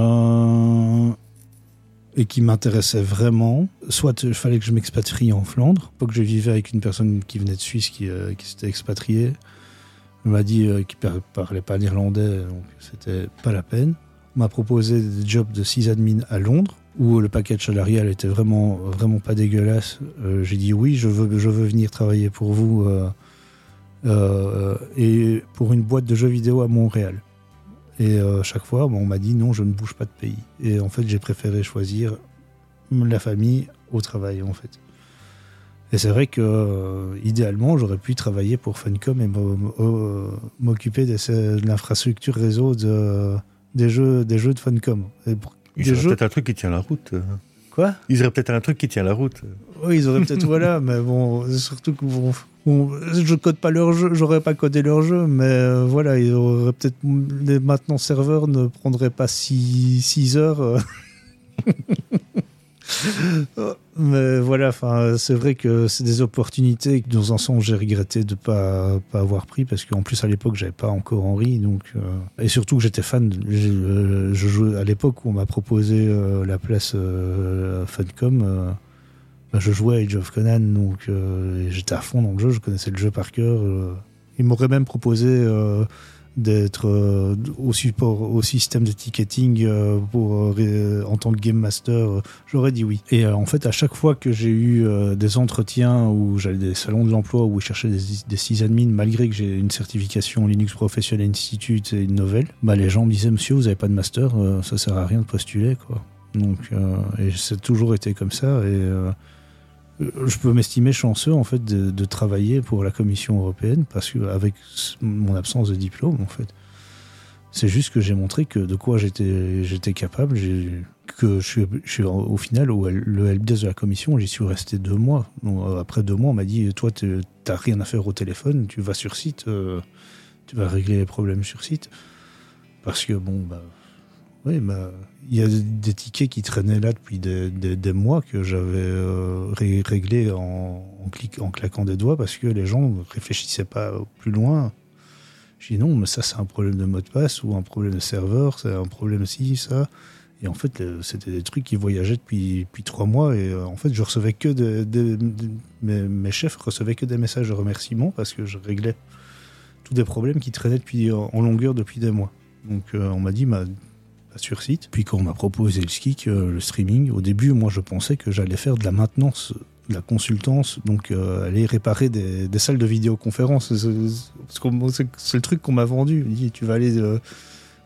et qui m'intéressaient vraiment, soit il fallait que je m'expatrie en Flandre, pas que je vivais avec une personne qui venait de Suisse, qui s'était expatriée. Elle m'a dit qu'il ne parlait pas néerlandais, donc c'était pas la peine. On m'a proposé des jobs de sysadmin à Londres, où le package salarial était vraiment, vraiment pas dégueulasse. J'ai dit oui, je veux venir travailler pour vous et pour une boîte de jeux vidéo à Montréal. Et chaque fois, on m'a dit non, je ne bouge pas de pays. Et en fait, j'ai préféré choisir la famille au travail, en fait. Et c'est vrai que, idéalement, j'aurais pu travailler pour Funcom et m'occuper de l'infrastructure réseau des jeux de Funcom. Ils auraient peut-être un truc qui tient la route. Quoi ? Ils auraient peut-être un truc qui tient la route. Oui, ils auraient peut-être, voilà, mais bon, surtout que je code pas leur jeu, j'aurais pas codé leur jeu, mais voilà, ils auraient peut-être, les maintenance serveurs ne prendraient pas 6 heures. Mais voilà, c'est vrai que c'est des opportunités que dans un sens j'ai regretté de pas avoir pris, parce qu'en plus à l'époque j'avais pas encore Henri, donc et surtout que j'étais fan. Je jouais à l'époque où on m'a proposé la place Funcom. Je jouais à Age of Conan, donc j'étais à fond dans le jeu, je connaissais le jeu par cœur. Ils m'auraient même proposé d'être au support, au système de ticketing en tant que game master. J'aurais dit oui. Et en fait, à chaque fois que j'ai eu des entretiens où j'allais des salons de l'emploi où ils cherchaient des sysadmins, malgré que j'ai une certification Linux Professional Institute et une nouvelle, les gens me disaient monsieur, vous n'avez pas de master, ça sert à rien de postuler, quoi. Donc, et ça a toujours été comme ça. Et je peux m'estimer chanceux en fait de travailler pour la Commission européenne, parce que avec mon absence de diplôme, en fait, c'est juste que j'ai montré que de quoi j'étais capable, que je suis au final le helpdesk de la Commission, j'y suis resté 2 mois. Donc, après 2 mois, on m'a dit toi t'as rien à faire au téléphone, tu vas sur site, tu vas régler les problèmes sur site, parce que oui, il y a des tickets qui traînaient là depuis des mois que j'avais réglés en claquant des doigts, parce que les gens ne réfléchissaient pas plus loin. J'ai dit non, mais ça c'est un problème de mot de passe ou un problème de serveur, c'est un problème ci, ça. Et en fait, c'était des trucs qui voyageaient depuis 3 mois, et en fait, je recevais que mes chefs recevaient que des messages de remerciement, parce que je réglais tous des problèmes qui traînaient en longueur depuis des mois. Donc on m'a dit sur site. Puis quand on m'a proposé le SKIC, le streaming, au début, moi je pensais que j'allais faire de la maintenance, de la consultance, donc aller réparer des salles de vidéoconférence. C'est le truc qu'on m'a vendu. Il dit, tu vas aller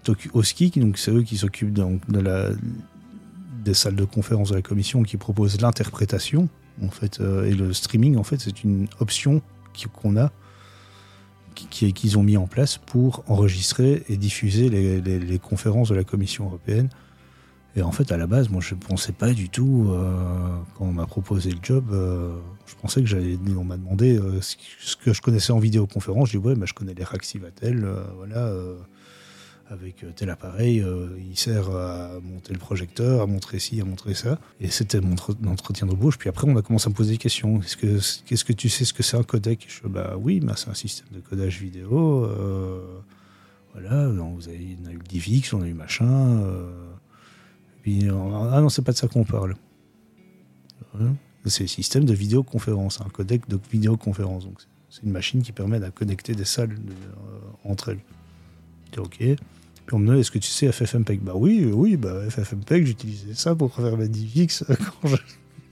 OSCIC, donc c'est eux qui s'occupent des salles de conférence de la commission, qui proposent l'interprétation, en fait, et le streaming, en fait, c'est une option qu'on a, qu'ils ont mis en place pour enregistrer et diffuser les conférences de la Commission européenne. Et en fait, à la base, moi, je ne pensais pas du tout, quand on m'a proposé le job, je pensais on m'a demandé ce que je connaissais en vidéoconférence. Je dis, ouais, je connais les racks Civatel, voilà, avec tel appareil, il sert à monter le projecteur, à montrer ci, à montrer ça. Et c'était mon entretien d'embauche. Puis après, on a commencé à me poser des questions. Qu'est-ce que tu sais ce que c'est un codec? Je dis, oui, c'est un système de codage vidéo. Voilà, on a eu le DivX, on a eu machin. Puis, non, c'est pas de ça qu'on parle. C'est le système de vidéoconférence, un codec de vidéoconférence. Donc, c'est une machine qui permet de connecter des salles entre elles. Je dis, ok. Puis on me demande, est-ce que tu sais FFmpeg? Oui, FFmpeg, j'utilisais ça pour faire ma DivX quand je...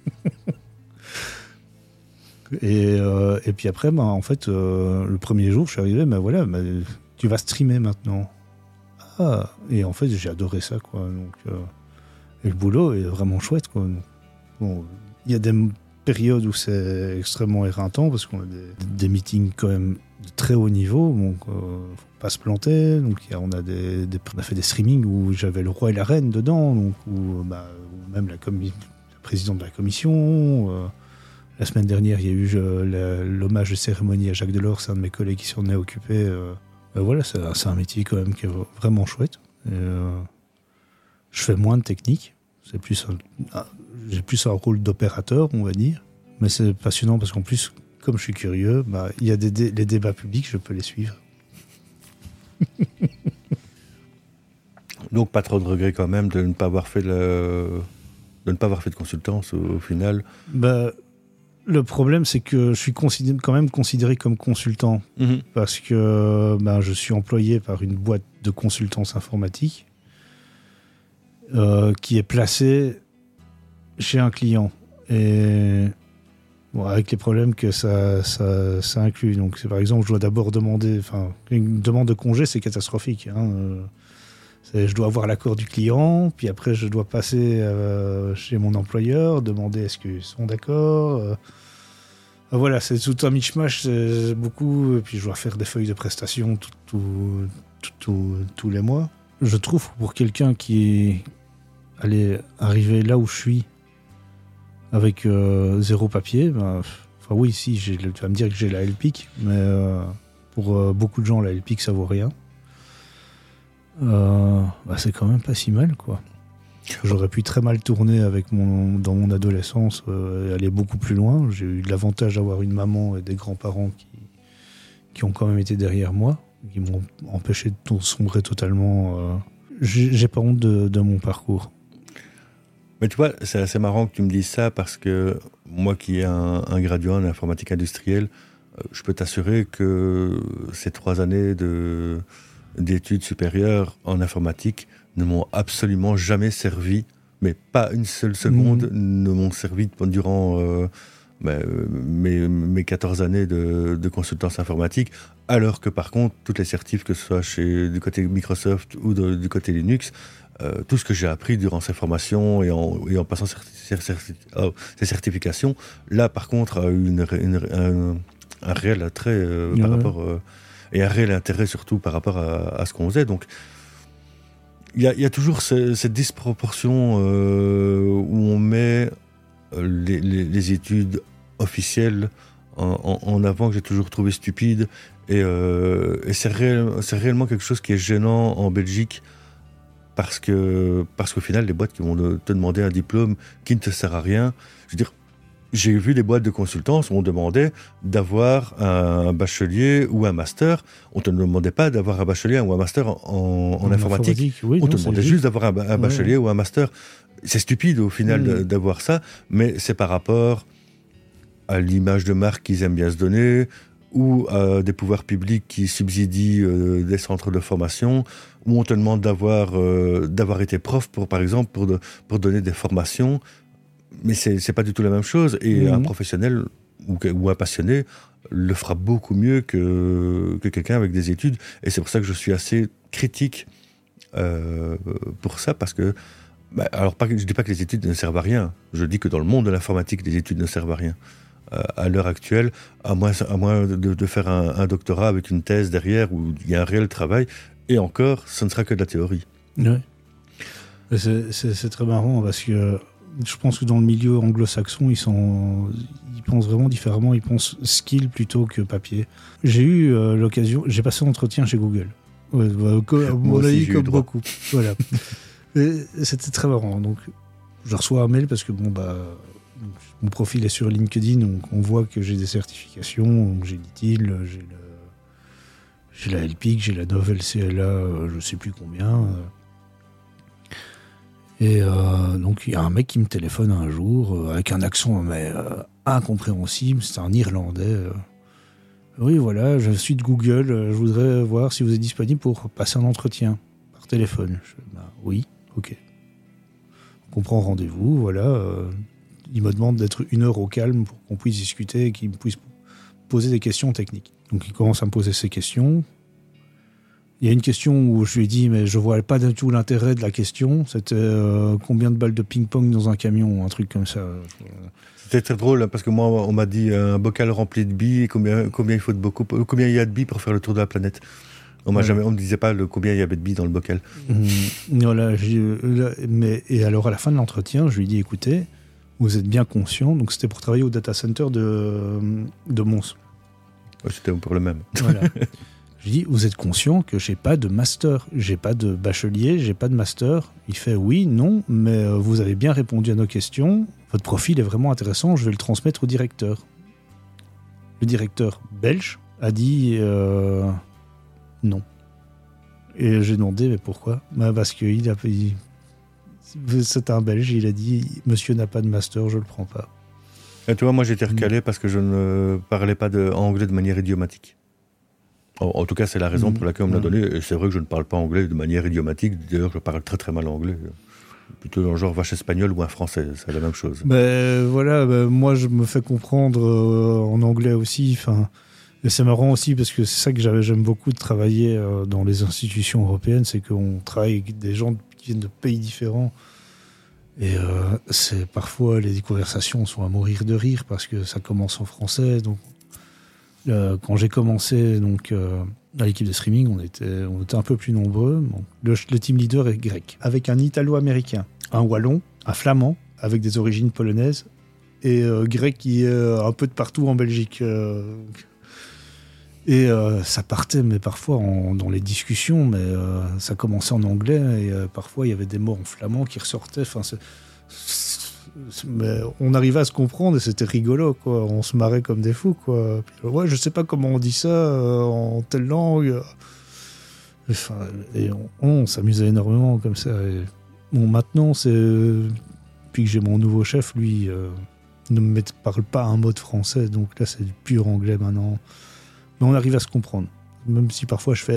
et puis après, en fait, le premier jour, je suis arrivé, tu vas streamer maintenant. Ah, et en fait, j'ai adoré ça, quoi. Donc, et le boulot est vraiment chouette, quoi. Bon, il y a des périodes où c'est extrêmement éreintant parce qu'on a des meetings quand même de très haut niveau, donc faut pas se planter. Donc on a fait des streamings où j'avais le roi et la reine dedans, donc ou même la présidente de la commission. La semaine dernière, il y a eu l'hommage de cérémonie à Jacques Delors, c'est un de mes collègues qui s'en est occupé. Voilà, c'est un métier quand même qui est vraiment chouette. Je fais moins de technique, j'ai plus un rôle d'opérateur, on va dire. Mais c'est passionnant parce qu'en plus, comme je suis curieux, il y a les débats publics, je peux les suivre. Donc pas trop de regrets quand même de ne pas avoir fait de consultance au final. Le problème, c'est que je suis quand même considéré comme consultant parce que je suis employé par une boîte de consultance informatique qui est placée chez un client. Et avec les problèmes que ça inclut. Donc, par exemple, je dois d'abord demander... une demande de congé, c'est catastrophique. Je dois avoir l'accord du client, puis après, je dois passer chez mon employeur, demander est-ce qu'ils sont d'accord. Voilà, c'est tout un mishmash, c'est beaucoup. Et puis, je dois faire des feuilles de prestations tous les mois. Je trouve pour quelqu'un qui est arrivé là où je suis, avec zéro papier, oui, si, tu vas me dire que j'ai la LPIC, mais pour beaucoup de gens, la LPIC, ça vaut rien. C'est quand même pas si mal, quoi. J'aurais pu très mal tourner dans mon adolescence et aller beaucoup plus loin. J'ai eu l'avantage d'avoir une maman et des grands-parents qui ont quand même été derrière moi, qui m'ont empêché de sombrer totalement. J'ai pas honte de mon parcours. Mais tu vois, c'est assez marrant que tu me dises ça parce que moi qui ai un graduat en informatique industrielle, je peux t'assurer que ces 3 années d'études supérieures en informatique ne m'ont absolument jamais servi, mais pas une seule seconde ne m'ont servi durant mes 14 années de consultance informatique, alors que par contre, toutes les certifs, que ce soit du côté Microsoft ou du côté Linux, tout ce que j'ai appris durant ces formations et en passant ces certifications, là par contre a eu un réel attrait par rapport et un réel intérêt surtout par rapport à ce qu'on faisait. Donc il y a toujours cette disproportion où on met les études officielles en avant, que j'ai toujours trouvé stupide, et c'est réellement quelque chose qui est gênant en Belgique. Parce qu'au final, les boîtes qui vont te demander un diplôme qui ne te sert à rien, je veux dire, j'ai vu des boîtes de consultance où on demandait d'avoir un bachelier ou un master. On ne te demandait pas d'avoir un bachelier ou un master en informatique. Oui, on te demandait juste d'avoir un bachelier ou un master. C'est stupide au final d'avoir ça, mais c'est par rapport à l'image de marque qu'ils aiment bien se donner, ou à des pouvoirs publics qui subsidient des centres de formation, où on te demande d'avoir été prof, par exemple, pour donner des formations. Mais c'est pas du tout la même chose. Et un professionnel ou un passionné le fera beaucoup mieux que quelqu'un avec des études. Et c'est pour ça que je suis assez critique pour ça, parce que alors, je ne dis pas que les études ne servent à rien. Je dis que dans le monde de l'informatique, les études ne servent à rien. À l'heure actuelle, à moins de faire un doctorat avec une thèse derrière où il y a un réel travail, et encore, ce ne sera que de la théorie. Oui. C'est très marrant parce que je pense que dans le milieu anglo-saxon, ils pensent vraiment différemment. Ils pensent skill plutôt que papier. J'ai eu l'occasion, j'ai passé un entretien chez Google. Ouais, comme beaucoup. Voilà. Et c'était très marrant. Donc, je reçois un mail parce que mon profil est sur LinkedIn, donc on voit que j'ai des certifications. Donc j'ai l'ITIL, j'ai la LPIC, j'ai la Novel CLA, je ne sais plus combien. Et donc il y a un mec qui me téléphone un jour avec un accent incompréhensible. C'est un Irlandais. Oui, voilà, je suis de Google. Je voudrais voir si vous êtes disponible pour passer un entretien par téléphone. Oui. Ok. On prend rendez-vous, voilà. Il me demande d'être 1 heure au calme pour qu'on puisse discuter et qu'il puisse poser des questions techniques. Donc il commence à me poser ces questions. Il y a une question où je lui ai dit, mais je ne vois pas du tout l'intérêt de la question. C'était combien de balles de ping-pong dans un camion, un truc comme ça. C'était très drôle, parce que moi, on m'a dit un bocal rempli de billes, combien il y a de billes pour faire le tour de la planète. On ne disait pas combien il y avait de billes dans le bocal. Voilà, et alors à la fin de l'entretien, je lui ai dit, écoutez, vous êtes bien conscient, donc c'était pour travailler au data center de Mons. Ouais, c'était pour le même. Voilà. Je lui ai dit, vous êtes conscient que j'ai pas de master, j'ai pas de bachelier, j'ai pas de master. Il fait oui, non, mais vous avez bien répondu à nos questions, votre profil est vraiment intéressant, je vais le transmettre au directeur. Le directeur belge a dit non. Et j'ai demandé, mais pourquoi ? Parce que c'est un Belge, il a dit, monsieur n'a pas de master, je le prends pas. Et tu vois, moi j'étais recalé parce que je ne parlais pas anglais de manière idiomatique. En tout cas, c'est la raison pour laquelle on me l'a donné. Et c'est vrai que je ne parle pas anglais de manière idiomatique. D'ailleurs, je parle très très mal anglais. Plutôt dans le genre vache espagnol ou un français, c'est la même chose. Moi, je me fais comprendre en anglais aussi. Et c'est marrant aussi parce que c'est ça que j'aime beaucoup de travailler dans les institutions européennes, c'est qu'on travaille avec des gens qui viennent de pays différents. Et c'est parfois les conversations sont à mourir de rire parce que ça commence en français. Donc, quand j'ai commencé à l'équipe de streaming, on était un peu plus nombreux. Bon, le team leader est grec, avec un italo-américain, un wallon, un flamand avec des origines polonaises et grec qui est un peu de partout en Belgique. Et ça partait, mais parfois dans les discussions, mais ça commençait en anglais et parfois il y avait des mots en flamand qui ressortaient. Mais on arrivait à se comprendre et c'était rigolo, quoi. On se marrait comme des fous, quoi. Puis, ouais, je sais pas comment on dit ça en telle langue. On s'amusait énormément comme ça. Et, maintenant, depuis que j'ai mon nouveau chef, lui, ne parle pas un mot de français, donc là, c'est du pur anglais maintenant. Mais on arrive à se comprendre. Même si parfois je fais...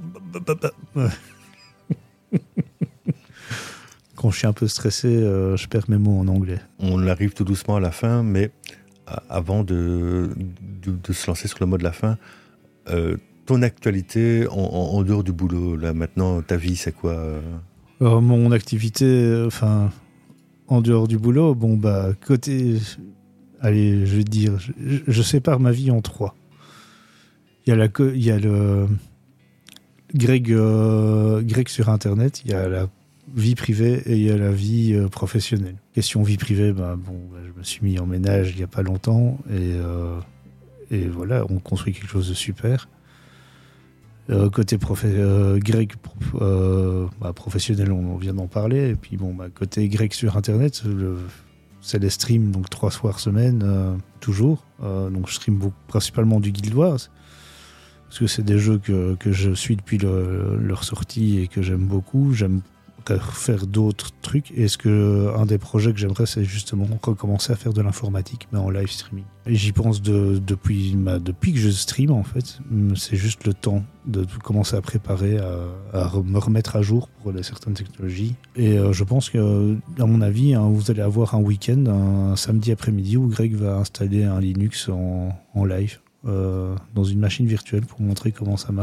Quand je suis un peu stressé, je perds mes mots en anglais. On arrive tout doucement à la fin, mais avant de se lancer sur le mot de la fin, ton actualité en dehors du boulot, là maintenant, ta vie, c'est quoi mon activité, en dehors du boulot, côté... Allez, je vais te dire, je sépare ma vie en 3. Il y a le Greg sur Internet, il y a la vie privée et il y a la vie professionnelle. Question vie privée, je me suis mis en ménage il n'y a pas longtemps et voilà, on construit quelque chose de super. Côté Greg professionnel, on vient d'en parler. Et puis côté Greg sur Internet, c'est les streams, donc 3 soirs semaine, toujours. Donc je stream principalement du Guild Wars. Parce que c'est des jeux que je suis depuis leur sortie et que j'aime beaucoup. J'aime faire d'autres trucs. Et un des projets que j'aimerais, c'est justement recommencer à faire de l'informatique, mais en live streaming. Et j'y pense depuis que je stream, en fait. C'est juste le temps de commencer à préparer, à me remettre à jour pour certaines technologies. Et je pense que, à mon avis, vous allez avoir un week-end, un samedi après-midi, où Greg va installer un Linux en live. Dans une machine virtuelle pour montrer comment ça marche.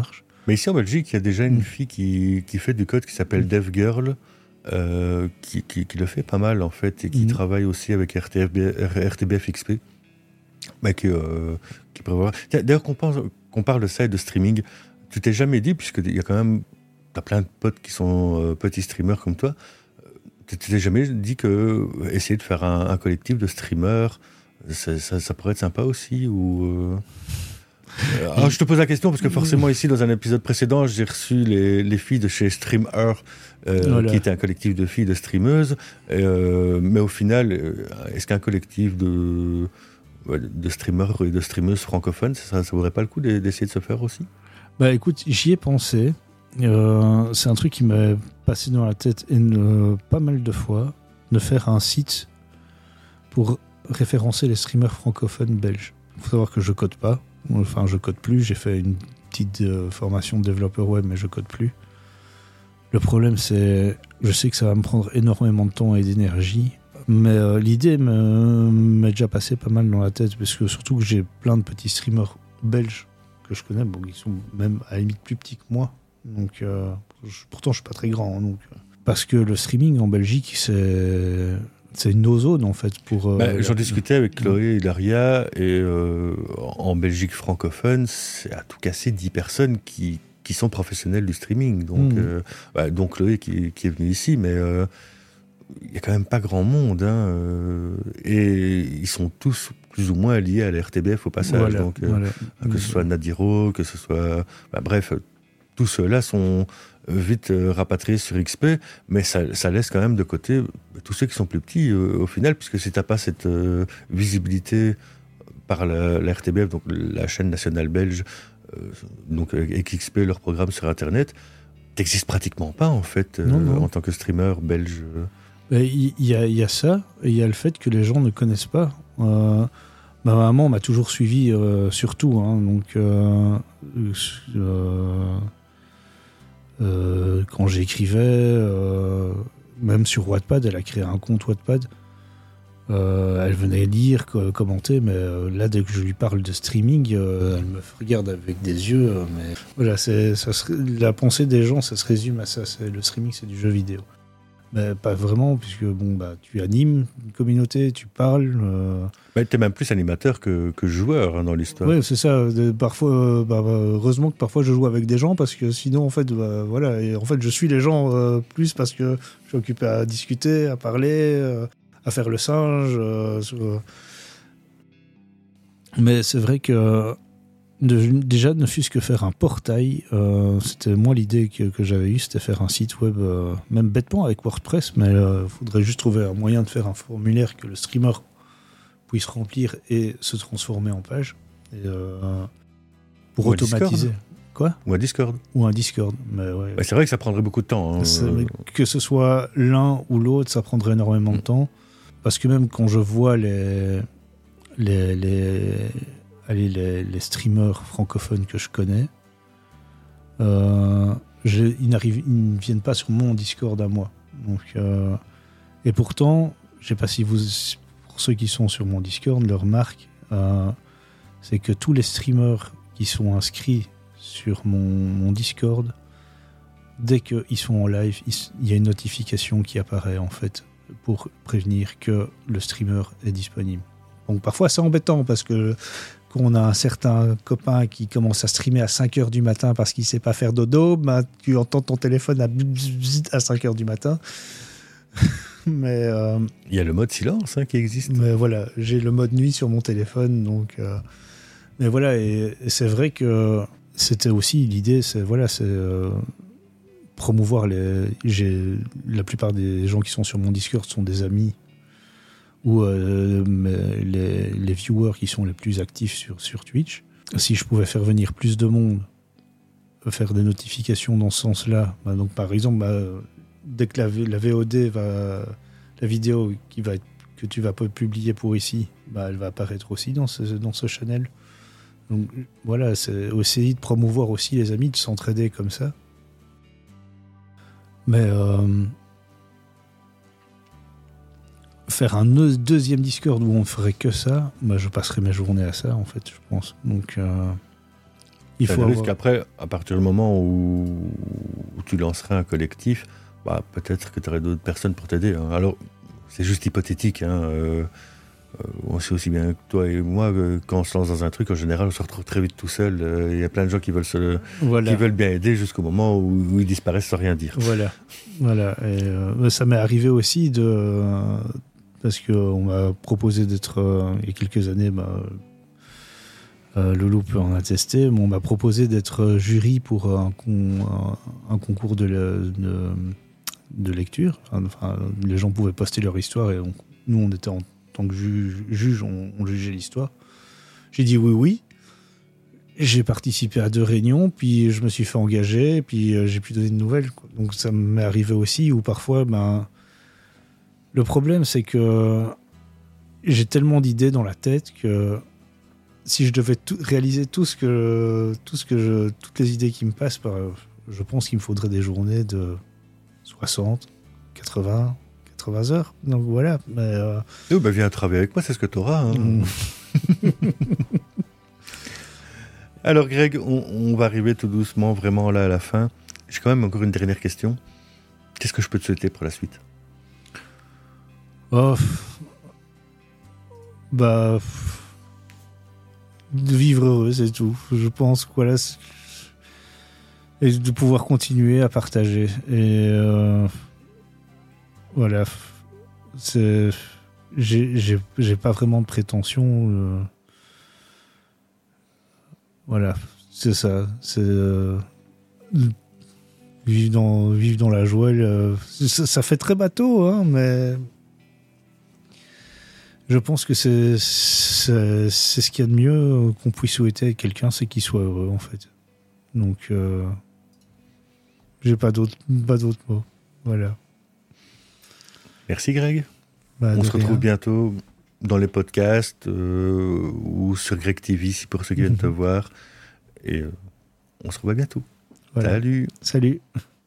Mais ici en Belgique, il y a déjà une fille qui fait du code qui s'appelle DevGirl, qui le fait pas mal en fait, et qui travaille aussi avec RTBF XP. Mais qui prévoit. D'ailleurs, qu'on parle de ça et de streaming, tu t'es jamais dit, puisqu'il y a quand même. T'as plein de potes qui sont petits streamers comme toi, tu t'es jamais dit que essayer de faire un collectif de streamers, ça pourrait être sympa aussi ou Alors, je te pose la question parce que forcément ici dans un épisode précédent j'ai reçu les filles de chez Streamer qui était un collectif de filles de streameuses mais au final est-ce qu'un collectif de streamers et de streameuses francophones ça vaudrait pas le coup d'essayer de se faire aussi? Bah écoute, j'y ai pensé. C'est un truc qui m'a passé dans la tête pas mal de fois, de faire un site pour référencer les streamers francophones belges. Il faut savoir que je code pas, enfin je code plus, j'ai fait une petite formation de développeur web mais je code plus. Le problème c'est, je sais que ça va me prendre énormément de temps et d'énergie, mais l'idée m'est déjà passée pas mal dans la tête parce que surtout que j'ai plein de petits streamers belges que je connais, bon, ils sont même à la limite plus petits que moi. Donc, pourtant, je suis pas très grand. Donc, parce que le streaming en Belgique, c'est une no-zone en fait. J'en discutais avec Chloé et Daria, et en Belgique francophone, c'est à tout casser 10 personnes qui sont professionnelles du streaming. Donc Chloé qui est venue ici, mais il y a quand même pas grand monde. Et ils sont tous plus ou moins liés à la RTBF au passage. Que ce soit Nadiro, que ce soit... bref... Tous ceux-là sont vite rapatriés sur XP, mais ça laisse quand même de côté tous ceux qui sont plus petits au final, puisque si tu n'as pas cette visibilité par la RTBF, donc la chaîne nationale belge, donc avec XP, leur programme sur Internet, tu n'existes pratiquement pas en fait en tant que streamer belge. Il y a ça, et il y a le fait que les gens ne connaissent pas. Ma maman m'a toujours suivi surtout, donc... quand j'écrivais, même sur Wattpad, elle a créé un compte Wattpad. Elle venait lire, commenter, mais là, dès que je lui parle de streaming, elle me regarde avec des yeux. Mais voilà, la pensée des gens, ça se résume à ça. Le streaming, c'est du jeu vidéo. Mais pas vraiment, puisque tu animes une communauté, tu parles. Tu es même plus animateur que joueur dans l'histoire. Oui, c'est ça. Parfois, heureusement que parfois je joue avec des gens, parce que sinon, en fait, voilà. Et en fait, je suis les gens plus parce que je suis occupé à discuter, à parler, à faire le singe. Mais c'est vrai que déjà, ne fût-ce que faire un portail, c'était moi l'idée que j'avais eue, c'était faire un site web, même bêtement avec WordPress, mais il faudrait juste trouver un moyen de faire un formulaire que le streamer puisse remplir et se transformer en page, pour automatiser. Quoi ? Ou un Discord. Ou un Discord. Mais ouais. C'est vrai que ça prendrait beaucoup de temps. Que ce soit l'un ou l'autre, ça prendrait énormément de temps, parce que même quand je vois les streamers francophones que je connais, ils ne viennent pas sur mon Discord à moi. Donc, et pourtant, je sais pas si pour ceux qui sont sur mon Discord, leur marque, c'est que tous les streamers qui sont inscrits sur mon Discord, dès qu'ils sont en live, il y a une notification qui apparaît en fait pour prévenir que le streamer est disponible. Donc parfois c'est embêtant parce que quand on a un certain copain qui commence à streamer à 5h du matin parce qu'il ne sait pas faire dodo, tu entends ton téléphone à 5h du matin. Mais il y a le mode silence qui existe. Mais voilà, j'ai le mode nuit sur mon téléphone. Donc, mais voilà, et c'est vrai que c'était aussi l'idée, c'est promouvoir la plupart des gens qui sont sur mon Discord sont des amis ou les viewers qui sont les plus actifs sur Twitch. Si je pouvais faire venir plus de monde, faire des notifications dans ce sens-là, donc par exemple, dès que la VOD la vidéo que tu vas publier pour ici, elle va apparaître aussi dans ce channel. Donc voilà, c'est essayer de promouvoir aussi les amis, de s'entraider comme ça. Mais faire un deuxième Discord où on ferait que ça, je passerai mes journées à ça en fait, je pense. Donc Il faut risque. Après, à partir du moment où tu lancerais un collectif, peut-être que tu aurais d'autres personnes pour t'aider. Hein. Alors, c'est juste hypothétique. Hein. On sait aussi bien que toi et moi que quand on se lance dans un truc, en général, on se retrouve très vite tout seul. Il y a plein de gens qui veulent, qui veulent bien aider jusqu'au moment où ils disparaissent sans rien dire. Voilà. Et, ça m'est arrivé aussi parce qu'on m'a proposé d'être, il y a quelques années, Loulou peut en attester, mais on m'a proposé d'être jury pour un concours de lecture. Enfin, les gens pouvaient poster leur histoire et nous, on était en tant que juge, on jugeait l'histoire. J'ai dit oui. J'ai participé à 2 réunions, puis je me suis fait engager, puis j'ai pu donner de nouvelles. Quoi. Donc ça m'est arrivé aussi où parfois, le problème, c'est que j'ai tellement d'idées dans la tête que si je devais réaliser toutes les idées qui me passent, je pense qu'il me faudrait des journées de 60, 80 heures. Donc voilà. Mais viens travailler avec moi, c'est ce que tu auras. Hein. Alors Greg, on va arriver tout doucement vraiment là à la fin. J'ai quand même encore une dernière question. Qu'est-ce que je peux te souhaiter pour la suite ? De vivre heureux, c'est tout. Je pense que voilà, et de pouvoir continuer à partager. Et voilà, j'ai pas vraiment de prétention. Voilà, c'est ça. C'est vivre dans la joie. Ça fait très bateau, hein, mais je pense que c'est ce qu'il y a de mieux qu'on puisse souhaiter à quelqu'un, c'est qu'il soit heureux, en fait. Donc, j'ai pas d'autres mots. Voilà. Merci Greg. On se retrouve bientôt dans les podcasts ou sur Greg TV, pour ceux qui viennent te voir. Et on se revoit bientôt. Voilà. Salut.